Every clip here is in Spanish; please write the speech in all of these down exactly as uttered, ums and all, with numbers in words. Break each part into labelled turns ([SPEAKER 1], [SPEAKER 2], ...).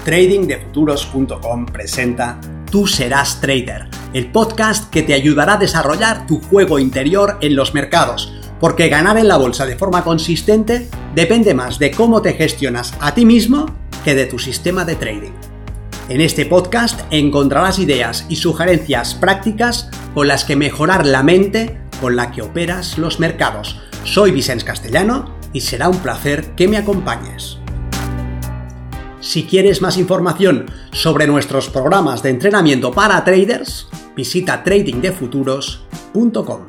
[SPEAKER 1] trading de futuros punto com presenta Tú serás trader, el podcast que te ayudará a desarrollar tu juego interior en los mercados, porque ganar en la bolsa de forma consistente depende más de cómo te gestionas a ti mismo que de tu sistema de trading. En este podcast encontrarás ideas y sugerencias prácticas con las que mejorar la mente con la que operas los mercados. Soy Vicens Castellano y será un placer que me acompañes. Si quieres más información sobre nuestros programas de entrenamiento para traders, visita trading de futuros punto com.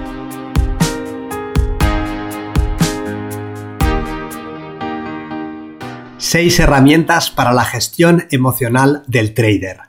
[SPEAKER 1] Seis herramientas para la gestión emocional del trader.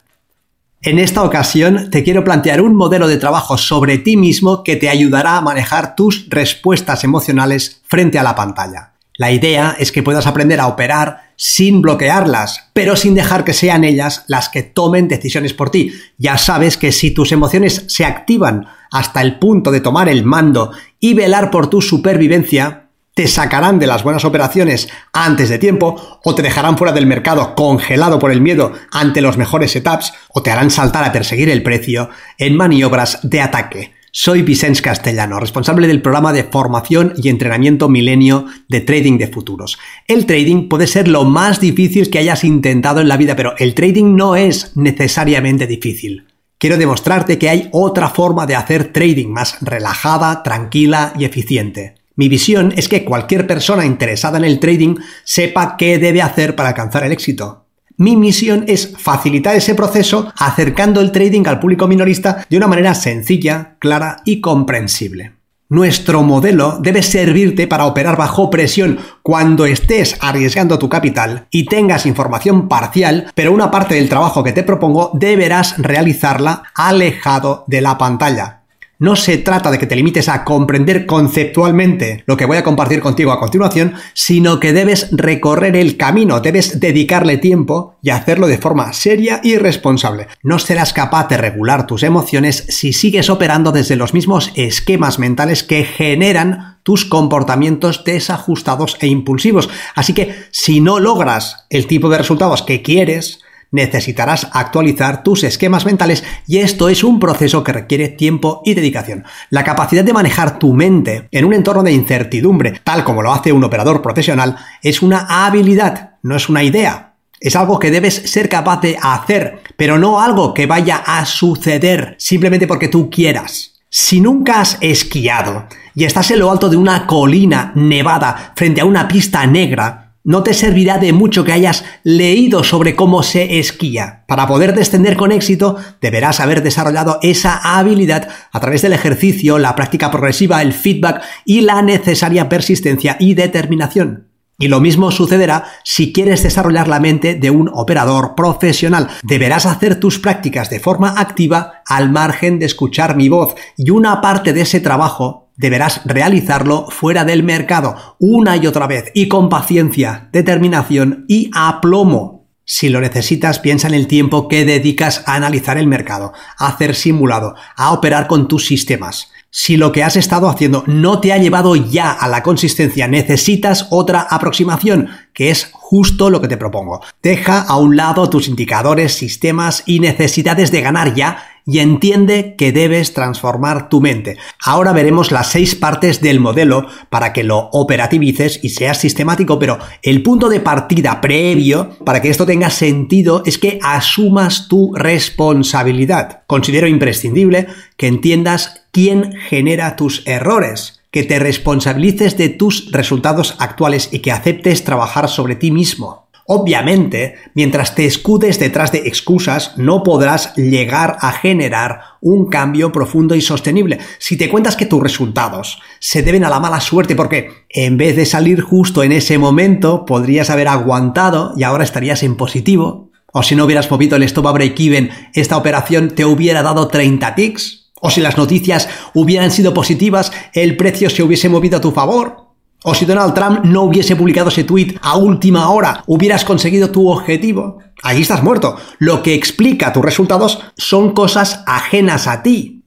[SPEAKER 1] En esta ocasión te quiero plantear un modelo de trabajo sobre ti mismo que te ayudará a manejar tus respuestas emocionales frente a la pantalla. La idea es que puedas aprender a operar sin bloquearlas, pero sin dejar que sean ellas las que tomen decisiones por ti. Ya sabes que si tus emociones se activan hasta el punto de tomar el mando y velar por tu supervivencia, te sacarán de las buenas operaciones antes de tiempo, o te dejarán fuera del mercado congelado por el miedo ante los mejores setups, o te harán saltar a perseguir el precio en maniobras de ataque. Soy Vicens Castellano, responsable del programa de formación y entrenamiento Milenio de Trading de Futuros. El trading puede ser lo más difícil que hayas intentado en la vida, pero el trading no es necesariamente difícil. Quiero demostrarte que hay otra forma de hacer trading más relajada, tranquila y eficiente. Mi visión es que cualquier persona interesada en el trading sepa qué debe hacer para alcanzar el éxito. Mi misión es facilitar ese proceso acercando el trading al público minorista de una manera sencilla, clara y comprensible. Nuestro modelo debe servirte para operar bajo presión cuando estés arriesgando tu capital y tengas información parcial, pero una parte del trabajo que te propongo deberás realizarla alejado de la pantalla. No se trata de que te limites a comprender conceptualmente lo que voy a compartir contigo a continuación, sino que debes recorrer el camino, debes dedicarle tiempo y hacerlo de forma seria y responsable. No serás capaz de regular tus emociones si sigues operando desde los mismos esquemas mentales que generan tus comportamientos desajustados e impulsivos. Así que si no logras el tipo de resultados que quieres, necesitarás actualizar tus esquemas mentales, y esto es un proceso que requiere tiempo y dedicación. La capacidad de manejar tu mente en un entorno de incertidumbre, tal como lo hace un operador profesional, es una habilidad, no es una idea. Es algo que debes ser capaz de hacer, pero no algo que vaya a suceder simplemente porque tú quieras. Si nunca has esquiado y estás en lo alto de una colina nevada frente a una pista negra, no te servirá de mucho que hayas leído sobre cómo se esquía. Para poder descender con éxito, deberás haber desarrollado esa habilidad a través del ejercicio, la práctica progresiva, el feedback y la necesaria persistencia y determinación. Y lo mismo sucederá si quieres desarrollar la mente de un operador profesional. Deberás hacer tus prácticas de forma activa al margen de escuchar mi voz, y una parte de ese trabajo deberás realizarlo fuera del mercado, una y otra vez, y con paciencia, determinación y aplomo. Si lo necesitas, piensa en el tiempo que dedicas a analizar el mercado, a hacer simulado, a operar con tus sistemas. Si lo que has estado haciendo no te ha llevado ya a la consistencia, necesitas otra aproximación, que es justo lo que te propongo. Deja a un lado tus indicadores, sistemas y necesidades de ganar ya, y entiende que debes transformar tu mente. Ahora veremos las seis partes del modelo para que lo operativices y seas sistemático, pero el punto de partida previo para que esto tenga sentido es que asumas tu responsabilidad. Considero imprescindible que entiendas quién genera tus errores, que te responsabilices de tus resultados actuales y que aceptes trabajar sobre ti mismo. Obviamente, mientras te escudes detrás de excusas, no podrás llegar a generar un cambio profundo y sostenible. Si te cuentas que tus resultados se deben a la mala suerte porque en vez de salir justo en ese momento, podrías haber aguantado y ahora estarías en positivo, o si no hubieras movido el stop a break-even, esta operación te hubiera dado treinta ticks, o si las noticias hubieran sido positivas, el precio se hubiese movido a tu favor, o si Donald Trump no hubiese publicado ese tweet a última hora, hubieras conseguido tu objetivo. Ahí estás muerto. Lo que explica tus resultados son cosas ajenas a ti.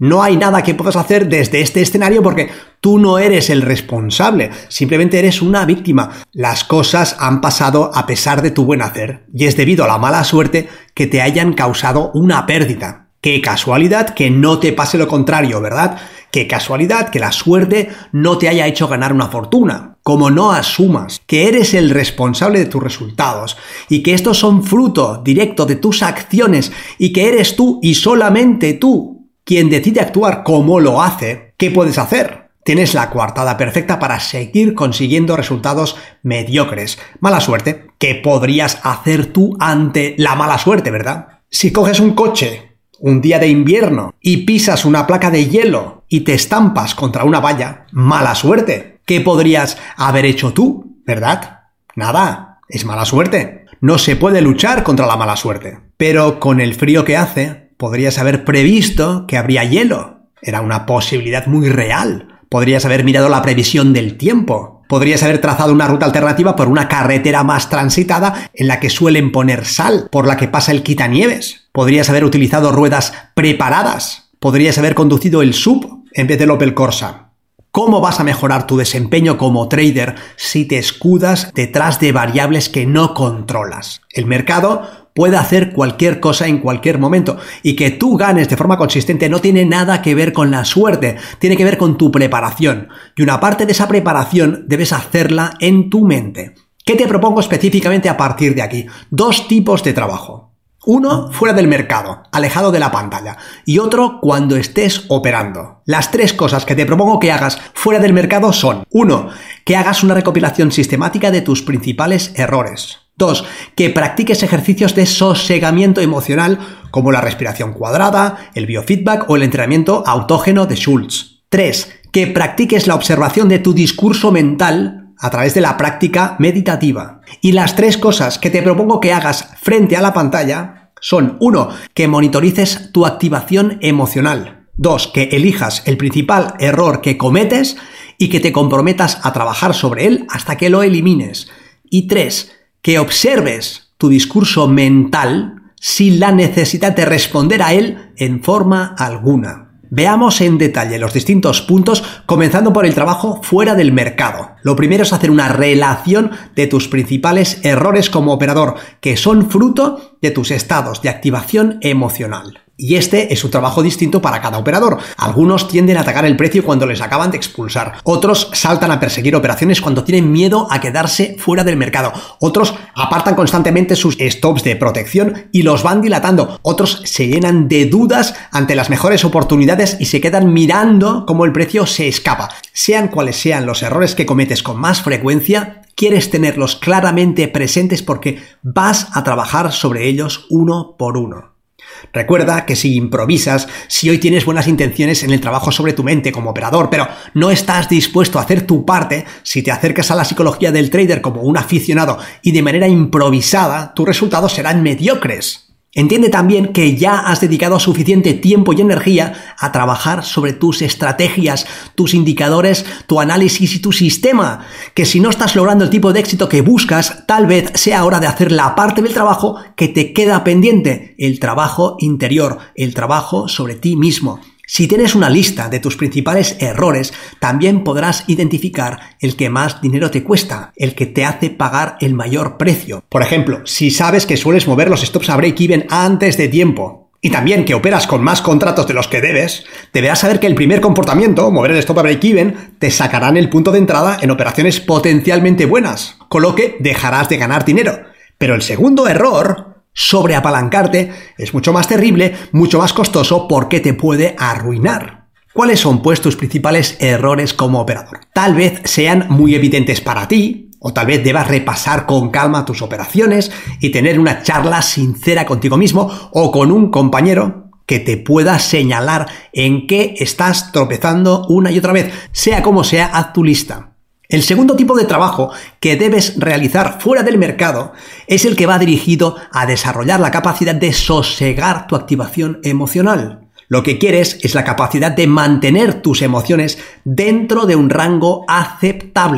[SPEAKER 1] No hay nada que puedas hacer desde este escenario porque tú no eres el responsable, simplemente eres una víctima. Las cosas han pasado a pesar de tu buen hacer y es debido a la mala suerte que te hayan causado una pérdida. Qué casualidad que no te pase lo contrario, ¿verdad? Qué casualidad que la suerte no te haya hecho ganar una fortuna. Como no asumas que eres el responsable de tus resultados y que estos son fruto directo de tus acciones y que eres tú y solamente tú quien decide actuar como lo hace, ¿qué puedes hacer? Tienes la coartada perfecta para seguir consiguiendo resultados mediocres. Mala suerte. ¿Qué podrías hacer tú ante la mala suerte, verdad? Si coges un coche un día de invierno y pisas una placa de hielo y te estampas contra una valla, mala suerte. ¿Qué podrías haber hecho tú, verdad? Nada, es mala suerte. No se puede luchar contra la mala suerte. Pero con el frío que hace, podrías haber previsto que habría hielo. Era una posibilidad muy real. Podrías haber mirado la previsión del tiempo. Podrías haber trazado una ruta alternativa por una carretera más transitada en la que suelen poner sal, por la que pasa el quitanieves. Podrías haber utilizado ruedas preparadas. Podrías haber conducido el S U V en vez del Opel Corsa. ¿Cómo vas a mejorar tu desempeño como trader si te escudas detrás de variables que no controlas? El mercado puede hacer cualquier cosa en cualquier momento y que tú ganes de forma consistente no tiene nada que ver con la suerte, tiene que ver con tu preparación y una parte de esa preparación debes hacerla en tu mente. ¿Qué te propongo específicamente a partir de aquí? Dos tipos de trabajo. Uno, fuera del mercado, alejado de la pantalla, y otro cuando estés operando. Las tres cosas que te propongo que hagas fuera del mercado son: uno, que hagas una recopilación sistemática de tus principales errores. Dos, que practiques ejercicios de sosegamiento emocional como la respiración cuadrada, el biofeedback o el entrenamiento autógeno de Schultz. Tres, que practiques la observación de tu discurso mental a través de la práctica meditativa. Y las tres cosas que te propongo que hagas frente a la pantalla son: uno, que monitorices tu activación emocional. Dos, que elijas el principal error que cometes y que te comprometas a trabajar sobre él hasta que lo elimines. Y tres, que observes tu discurso mental sin la necesidad de responder a él en forma alguna. Veamos en detalle los distintos puntos, comenzando por el trabajo fuera del mercado. Lo primero es hacer una relación de tus principales errores como operador, que son fruto de tus estados de activación emocional. Y este es un trabajo distinto para cada operador. Algunos tienden a atacar el precio cuando les acaban de expulsar. Otros saltan a perseguir operaciones cuando tienen miedo a quedarse fuera del mercado. Otros apartan constantemente sus stops de protección y los van dilatando. Otros se llenan de dudas ante las mejores oportunidades y se quedan mirando cómo el precio se escapa. Sean cuales sean los errores que cometes con más frecuencia, quieres tenerlos claramente presentes porque vas a trabajar sobre ellos uno por uno. Recuerda que si improvisas, si hoy tienes buenas intenciones en el trabajo sobre tu mente como operador, pero no estás dispuesto a hacer tu parte, si te acercas a la psicología del trader como un aficionado y de manera improvisada, tus resultados serán mediocres. Entiende también que ya has dedicado suficiente tiempo y energía a trabajar sobre tus estrategias, tus indicadores, tu análisis y tu sistema, que si no estás logrando el tipo de éxito que buscas, tal vez sea hora de hacer la parte del trabajo que te queda pendiente, el trabajo interior, el trabajo sobre ti mismo. Si tienes una lista de tus principales errores, también podrás identificar el que más dinero te cuesta, el que te hace pagar el mayor precio. Por ejemplo, si sabes que sueles mover los stops a break-even antes de tiempo y también que operas con más contratos de los que debes, deberás saber que el primer comportamiento, mover el stop a break-even, te sacarán el punto de entrada en operaciones potencialmente buenas, con lo que dejarás de ganar dinero. Pero el segundo error, sobreapalancarte, es mucho más terrible, mucho más costoso porque te puede arruinar. ¿Cuáles son, pues, tus principales errores como operador? Tal vez sean muy evidentes para ti, o tal vez debas repasar con calma tus operaciones y tener una charla sincera contigo mismo o con un compañero que te pueda señalar en qué estás tropezando una y otra vez. Sea como sea, haz tu lista. El segundo tipo de trabajo que debes realizar fuera del mercado es el que va dirigido a desarrollar la capacidad de sosegar tu activación emocional. Lo que quieres es la capacidad de mantener tus emociones dentro de un rango aceptable.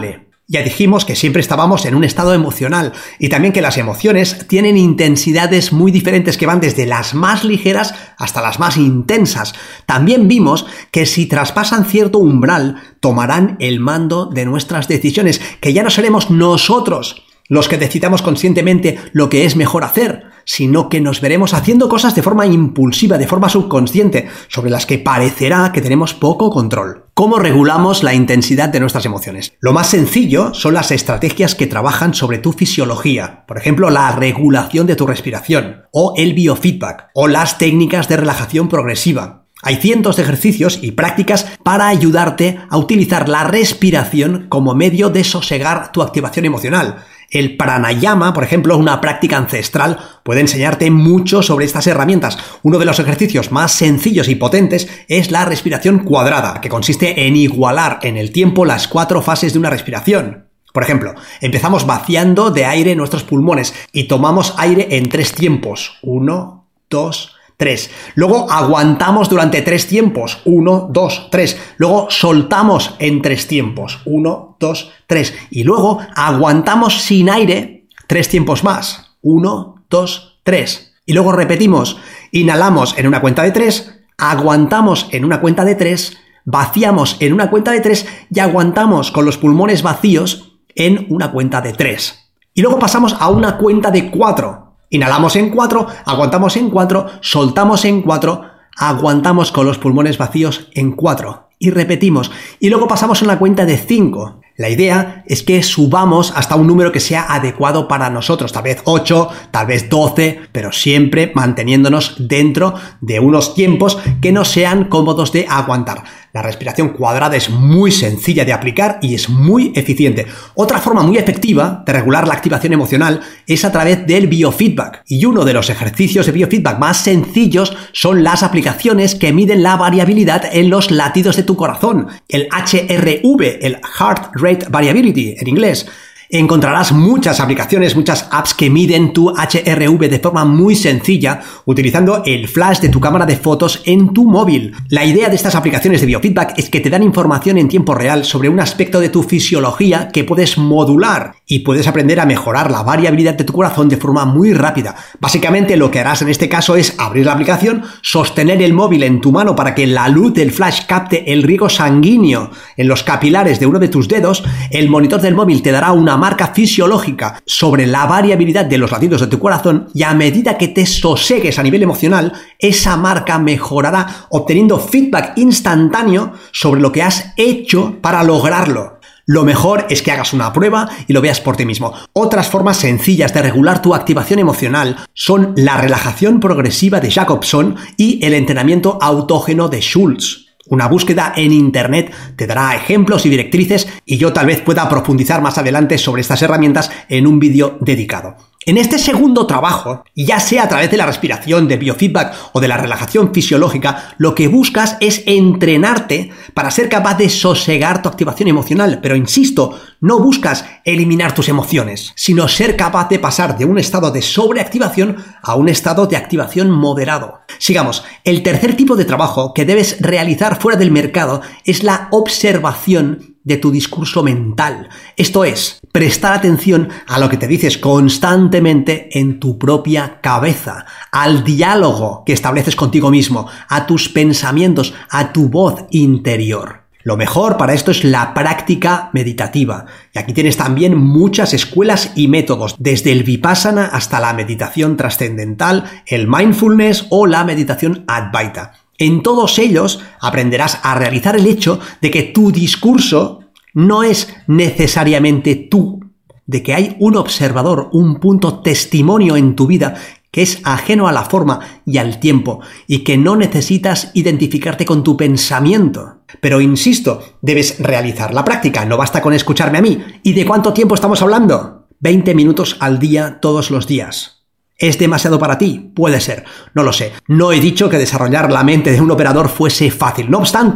[SPEAKER 1] Ya dijimos que siempre estábamos en un estado emocional y también que las emociones tienen intensidades muy diferentes que van desde las más ligeras hasta las más intensas. También vimos que si traspasan cierto umbral, tomarán el mando de nuestras decisiones, que ya no seremos nosotros los que decidamos conscientemente lo que es mejor hacer, sino que nos veremos haciendo cosas de forma impulsiva, de forma subconsciente, sobre las que parecerá que tenemos poco control. ¿Cómo regulamos la intensidad de nuestras emociones? Lo más sencillo son las estrategias que trabajan sobre tu fisiología, por ejemplo, la regulación de tu respiración, o el biofeedback, o las técnicas de relajación progresiva. Hay cientos de ejercicios y prácticas para ayudarte a utilizar la respiración como medio de sosegar tu activación emocional. El pranayama, por ejemplo, una práctica ancestral, puede enseñarte mucho sobre estas herramientas. Uno de los ejercicios más sencillos y potentes es la respiración cuadrada, que consiste en igualar en el tiempo las cuatro fases de una respiración. Por ejemplo, empezamos vaciando de aire nuestros pulmones y tomamos aire en tres tiempos. Uno, dos, tres. Luego aguantamos durante tres tiempos. uno, dos, tres. Luego soltamos en tres tiempos. uno, dos, tres. Y luego aguantamos sin aire tres tiempos más. uno, dos, tres. Y luego repetimos. Inhalamos en una cuenta de tres, aguantamos en una cuenta de tres, vaciamos en una cuenta de tres y aguantamos con los pulmones vacíos en una cuenta de tres. Y luego pasamos a una cuenta de cuatro. Inhalamos en cuatro, aguantamos en cuatro, soltamos en cuatro, aguantamos con los pulmones vacíos en cuatro y repetimos. Y luego pasamos a una cuenta de cinco. La idea es que subamos hasta un número que sea adecuado para nosotros, tal vez ocho, tal vez doce, pero siempre manteniéndonos dentro de unos tiempos que no sean cómodos de aguantar. La respiración cuadrada es muy sencilla de aplicar y es muy eficiente. Otra forma muy efectiva de regular la activación emocional es a través del biofeedback. Y uno de los ejercicios de biofeedback más sencillos son las aplicaciones que miden la variabilidad en los latidos de tu corazón. El H R V, el Heart Rate Variability en inglés. Encontrarás muchas aplicaciones, muchas apps que miden tu H R V de forma muy sencilla utilizando el flash de tu cámara de fotos en tu móvil. La idea de estas aplicaciones de biofeedback es que te dan información en tiempo real sobre un aspecto de tu fisiología que puedes modular y puedes aprender a mejorar la variabilidad de tu corazón de forma muy rápida. Básicamente lo que harás en este caso es abrir la aplicación, sostener el móvil en tu mano para que la luz del flash capte el riego sanguíneo en los capilares de uno de tus dedos. El monitor del móvil te dará una marca fisiológica sobre la variabilidad de los latidos de tu corazón y a medida que te sosegues a nivel emocional, esa marca mejorará obteniendo feedback instantáneo sobre lo que has hecho para lograrlo. Lo mejor es que hagas una prueba y lo veas por ti mismo. Otras formas sencillas de regular tu activación emocional son la relajación progresiva de Jacobson y el entrenamiento autógeno de Schultz. Una búsqueda en internet te dará ejemplos y directrices y yo tal vez pueda profundizar más adelante sobre estas herramientas en un vídeo dedicado. En este segundo trabajo, ya sea a través de la respiración, de biofeedback o de la relajación fisiológica, lo que buscas es entrenarte para ser capaz de sosegar tu activación emocional. Pero insisto, no buscas eliminar tus emociones, sino ser capaz de pasar de un estado de sobreactivación a un estado de activación moderado. Sigamos, el tercer tipo de trabajo que debes realizar fuera del mercado es la observación de tu discurso mental. Esto es, prestar atención a lo que te dices constantemente en tu propia cabeza, al diálogo que estableces contigo mismo, a tus pensamientos, a tu voz interior. Lo mejor para esto es la práctica meditativa. Y aquí tienes también muchas escuelas y métodos, desde el Vipassana hasta la meditación trascendental, el mindfulness o la meditación Advaita. En todos ellos aprenderás a realizar el hecho de que tu discurso no es necesariamente tú, de que hay un observador, un punto testimonio en tu vida que es ajeno a la forma y al tiempo y que no necesitas identificarte con tu pensamiento. Pero insisto, debes realizar la práctica, no basta con escucharme a mí. ¿Y de cuánto tiempo estamos hablando? veinte minutos al día todos los días. ¿Es demasiado para ti? Puede ser, no lo sé. No he dicho que desarrollar la mente de un operador fuese fácil. No obstante,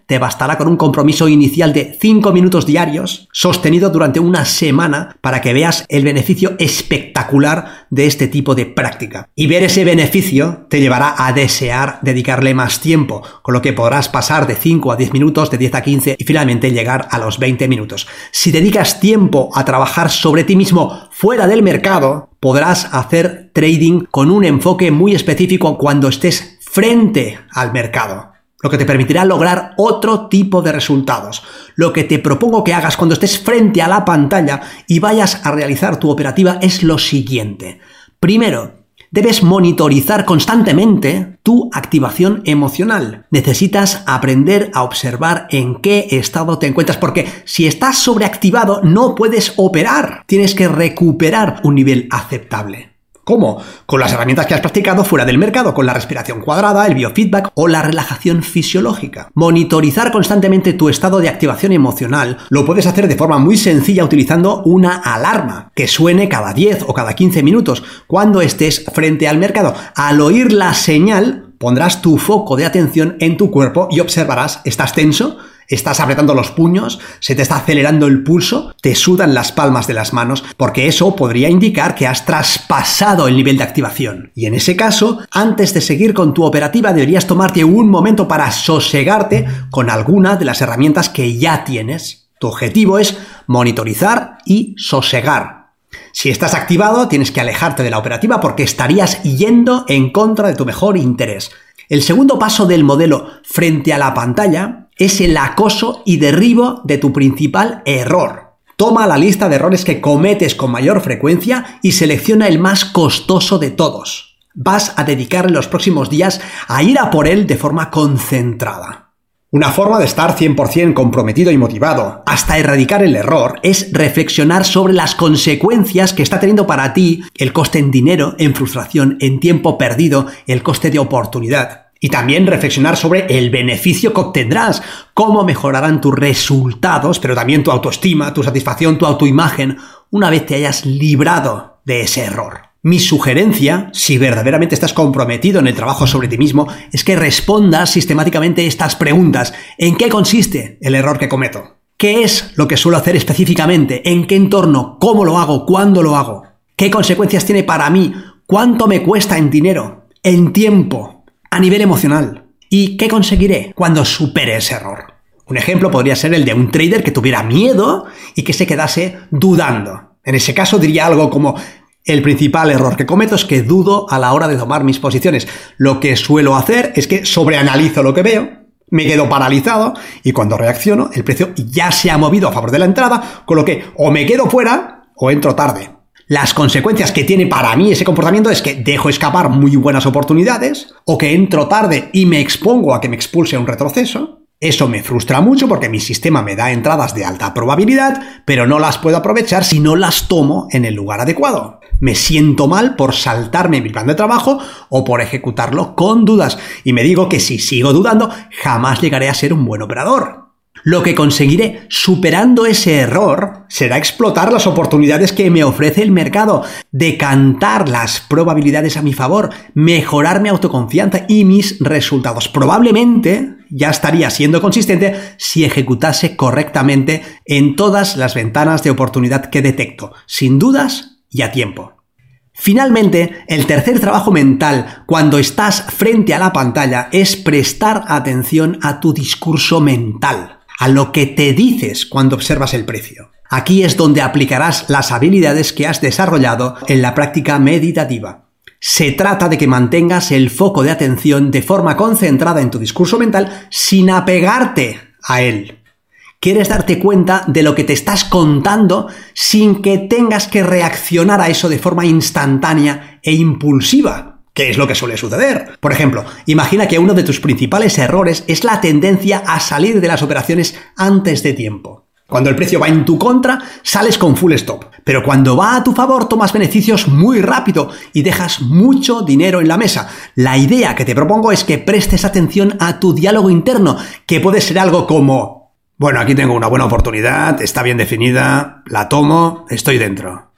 [SPEAKER 1] te bastará con un compromiso inicial de cinco minutos diarios, sostenido durante una semana, para que veas el beneficio espectacular de este tipo de práctica. Y ver ese beneficio te llevará a desear dedicarle más tiempo, con lo que podrás pasar de cinco a diez minutos, de diez a quince y finalmente llegar a los veinte minutos. Si dedicas tiempo a trabajar sobre ti mismo fuera del mercado, podrás hacer trading con un enfoque muy específico cuando estés frente al mercado, lo que te permitirá lograr otro tipo de resultados. Lo que te propongo que hagas cuando estés frente a la pantalla y vayas a realizar tu operativa es lo siguiente. Primero, debes monitorizar constantemente tu activación emocional. Necesitas aprender a observar en qué estado te encuentras, porque si estás sobreactivado no puedes operar. Tienes que recuperar un nivel aceptable. ¿Cómo? Con las herramientas que has practicado fuera del mercado, con la respiración cuadrada, el biofeedback o la relajación fisiológica. Monitorizar constantemente tu estado de activación emocional lo puedes hacer de forma muy sencilla utilizando una alarma que suene cada diez o cada quince minutos cuando estés frente al mercado. Al oír la señal, pondrás tu foco de atención en tu cuerpo y observarás, ¿estás tenso? ¿Estás apretando los puños? ¿Se te está acelerando el pulso? ¿Te sudan las palmas de las manos? Porque eso podría indicar que has traspasado el nivel de activación. Y en ese caso, antes de seguir con tu operativa, deberías tomarte un momento para sosegarte con alguna de las herramientas que ya tienes. Tu objetivo es monitorizar y sosegar. Si estás activado, tienes que alejarte de la operativa porque estarías yendo en contra de tu mejor interés. El segundo paso del modelo frente a la pantalla es el acoso y derribo de tu principal error. Toma la lista de errores que cometes con mayor frecuencia y selecciona el más costoso de todos. Vas a dedicar los próximos días a ir a por él de forma concentrada. Una forma de estar cien por ciento comprometido y motivado hasta erradicar el error es reflexionar sobre las consecuencias que está teniendo para ti el coste en dinero, en frustración, en tiempo perdido, el coste de oportunidad. Y también reflexionar sobre el beneficio que obtendrás, cómo mejorarán tus resultados, pero también tu autoestima, tu satisfacción, tu autoimagen, una vez te hayas librado de ese error. Mi sugerencia, si verdaderamente estás comprometido en el trabajo sobre ti mismo, es que respondas sistemáticamente estas preguntas. ¿En qué consiste el error que cometo? ¿Qué es lo que suelo hacer específicamente? ¿En qué entorno? ¿Cómo lo hago? ¿Cuándo lo hago? ¿Qué consecuencias tiene para mí? ¿Cuánto me cuesta en dinero? ¿En tiempo? A nivel emocional. ¿Y qué conseguiré cuando supere ese error? Un ejemplo podría ser el de un trader que tuviera miedo y que se quedase dudando. En ese caso diría algo como: el principal error que cometo es que dudo a la hora de tomar mis posiciones. Lo que suelo hacer es que sobreanalizo lo que veo, me quedo paralizado y cuando reacciono el precio ya se ha movido a favor de la entrada, con lo que o me quedo fuera o entro tarde. Las consecuencias que tiene para mí ese comportamiento es que dejo escapar muy buenas oportunidades o que entro tarde y me expongo a que me expulse un retroceso. Eso me frustra mucho porque mi sistema me da entradas de alta probabilidad, pero no las puedo aprovechar si no las tomo en el lugar adecuado. Me siento mal por saltarme mi plan de trabajo o por ejecutarlo con dudas y me digo que si sigo dudando jamás llegaré a ser un buen operador. Lo que conseguiré superando ese error será explotar las oportunidades que me ofrece el mercado, decantar las probabilidades a mi favor, mejorar mi autoconfianza y mis resultados. Probablemente ya estaría siendo consistente si ejecutase correctamente en todas las ventanas de oportunidad que detecto, sin dudas y a tiempo. Finalmente, el tercer trabajo mental cuando estás frente a la pantalla es prestar atención a tu discurso mental, a lo que te dices cuando observas el precio. Aquí es donde aplicarás las habilidades que has desarrollado en la práctica meditativa. Se trata de que mantengas el foco de atención de forma concentrada en tu discurso mental sin apegarte a él. Quieres darte cuenta de lo que te estás contando sin que tengas que reaccionar a eso de forma instantánea e impulsiva. ¿Qué es lo que suele suceder? Por ejemplo, imagina que uno de tus principales errores es la tendencia a salir de las operaciones antes de tiempo. Cuando el precio va en tu contra, sales con full stop. Pero cuando va a tu favor, tomas beneficios muy rápido y dejas mucho dinero en la mesa. La idea que te propongo es que prestes atención a tu diálogo interno, que puede ser algo como: bueno, aquí tengo una buena oportunidad, está bien definida, la tomo, estoy dentro.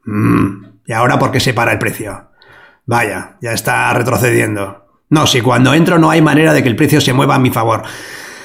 [SPEAKER 1] Mm, ¿y ahora por qué se para el precio? Vaya, ya está retrocediendo. No, si cuando entro no hay manera de que el precio se mueva a mi favor.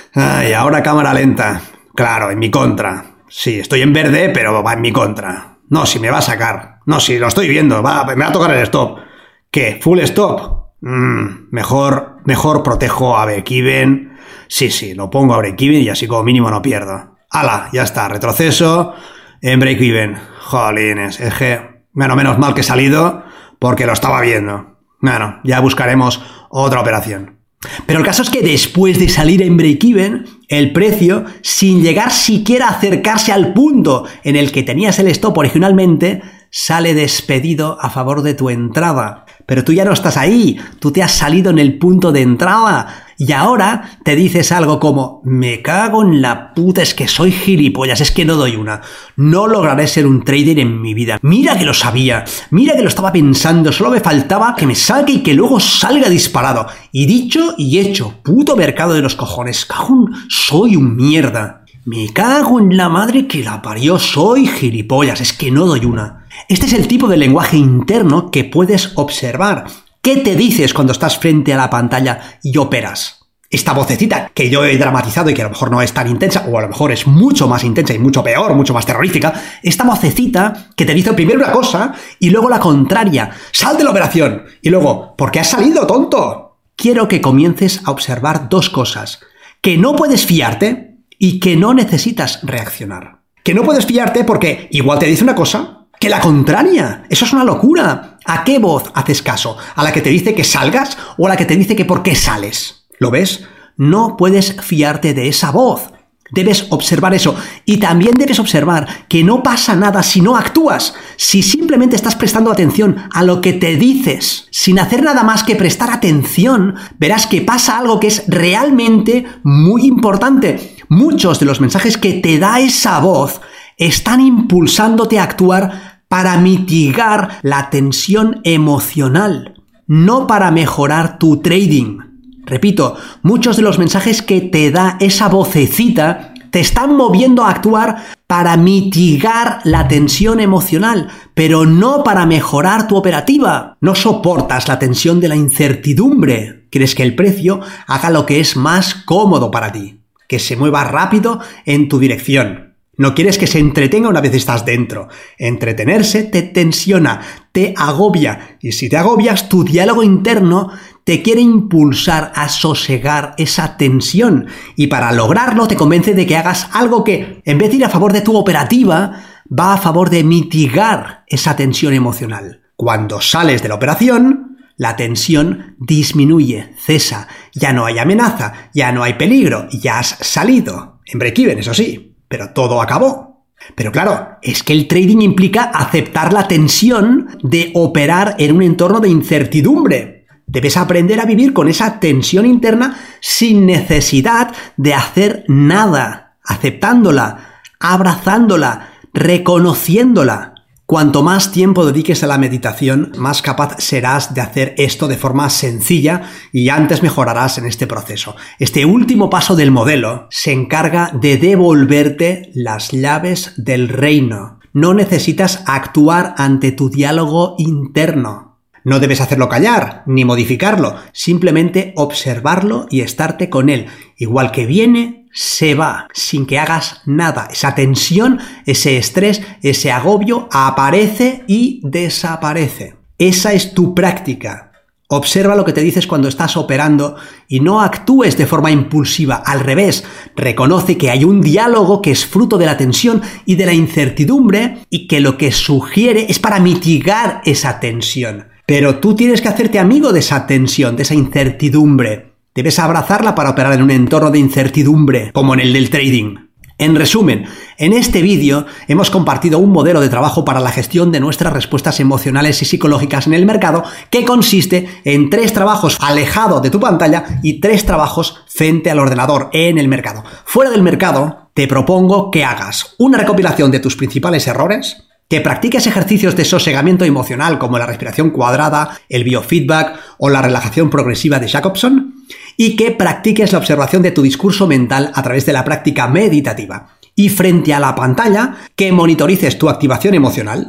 [SPEAKER 1] Ay, ahora cámara lenta. Claro, en mi contra. Sí, estoy en verde, pero va en mi contra. No, si me va a sacar. No, si lo estoy viendo, va, me va a tocar el stop. ¿Qué? ¿Full stop? Mm, mejor, mejor protejo a break-even. Sí, sí, lo pongo a break-even y así como mínimo no pierdo. ¡Hala! Ya está, retroceso en break-even. Jolines, es que... Bueno, menos mal que he salido porque lo estaba viendo. Bueno, ya buscaremos otra operación. Pero el caso es que después de salir en break-even, el precio, sin llegar siquiera a acercarse al punto en el que tenías el stop originalmente, sale despedido a favor de tu entrada. Pero tú ya no estás ahí, tú te has salido en el punto de entrada y ahora te dices algo como me cago en la puta, es que soy gilipollas, es que no doy una. No lograré ser un trader en mi vida. Mira que lo sabía, mira que lo estaba pensando, solo me faltaba que me salga y que luego salga disparado. Y dicho y hecho, puto mercado de los cojones, cajón, soy un mierda. Me cago en la madre que la parió, soy gilipollas, es que no doy una. Este es el tipo de lenguaje interno que puedes observar. ¿Qué te dices cuando estás frente a la pantalla y operas? Esta vocecita que yo he dramatizado y que a lo mejor no es tan intensa, o a lo mejor es mucho más intensa y mucho peor, mucho más terrorífica, esta vocecita que te dice primero una cosa y luego la contraria. ¡Sal de la operación! Y luego, ¿por qué has salido, tonto? Quiero que comiences a observar dos cosas. Que no puedes fiarte y que no necesitas reaccionar. Que no puedes fiarte porque igual te dice una cosa que la contraria. Eso es una locura. ¿A qué voz haces caso? ¿A la que te dice que salgas o a la que te dice que por qué sales? ¿Lo ves? No puedes fiarte de esa voz. Debes observar eso. Y también debes observar que no pasa nada si no actúas. Si simplemente estás prestando atención a lo que te dices, sin hacer nada más que prestar atención, verás que pasa algo que es realmente muy importante. Muchos de los mensajes que te da esa voz están impulsándote a actuar para mitigar la tensión emocional, no para mejorar tu trading. Repito, muchos de los mensajes que te da esa vocecita te están moviendo a actuar para mitigar la tensión emocional, pero no para mejorar tu operativa. No soportas la tensión de la incertidumbre. Quieres que el precio haga lo que es más cómodo para ti, que se mueva rápido en tu dirección. No quieres que se entretenga una vez estás dentro. Entretenerse te tensiona, te agobia. Y si te agobias, tu diálogo interno te quiere impulsar a sosegar esa tensión. Y para lograrlo te convence de que hagas algo que, en vez de ir a favor de tu operativa, va a favor de mitigar esa tensión emocional. Cuando sales de la operación, la tensión disminuye, cesa. Ya no hay amenaza, ya no hay peligro, ya has salido. En break-even, eso sí. Pero todo acabó. Pero claro, es que el trading implica aceptar la tensión de operar en un entorno de incertidumbre. Debes aprender a vivir con esa tensión interna sin necesidad de hacer nada, aceptándola, abrazándola, reconociéndola. Cuanto más tiempo dediques a la meditación, más capaz serás de hacer esto de forma sencilla y antes mejorarás en este proceso. Este último paso del modelo se encarga de devolverte las llaves del reino. No necesitas actuar ante tu diálogo interno. No debes hacerlo callar, ni modificarlo, simplemente observarlo y estarte con él. Igual que viene, se va, sin que hagas nada. Esa tensión, ese estrés, ese agobio aparece y desaparece. Esa es tu práctica. Observa lo que te dices cuando estás operando y no actúes de forma impulsiva. Al revés, reconoce que hay un diálogo que es fruto de la tensión y de la incertidumbre y que lo que sugiere es para mitigar esa tensión. Pero tú tienes que hacerte amigo de esa tensión, de esa incertidumbre. Debes abrazarla para operar en un entorno de incertidumbre, como en el del trading. En resumen, en este vídeo hemos compartido un modelo de trabajo para la gestión de nuestras respuestas emocionales y psicológicas en el mercado que consiste en tres trabajos alejado de tu pantalla y tres trabajos frente al ordenador en el mercado. Fuera del mercado, te propongo que hagas una recopilación de tus principales errores, que practiques ejercicios de sosegamiento emocional como la respiración cuadrada, el biofeedback o la relajación progresiva de Jacobson, y que practiques la observación de tu discurso mental a través de la práctica meditativa. Y frente a la pantalla, que monitorices tu activación emocional,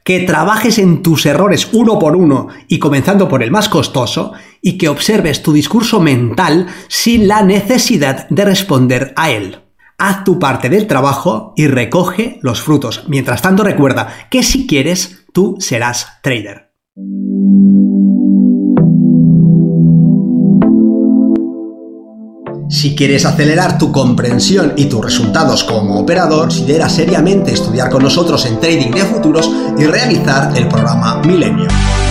[SPEAKER 1] que trabajes en tus errores uno por uno y comenzando por el más costoso, y que observes tu discurso mental sin la necesidad de responder a él. Haz tu parte del trabajo y recoge los frutos. Mientras tanto, recuerda que si quieres, tú serás trader. Si quieres acelerar tu comprensión y tus resultados como operador, considera seriamente estudiar con nosotros en Trading de Futuros y realizar el programa Milenio.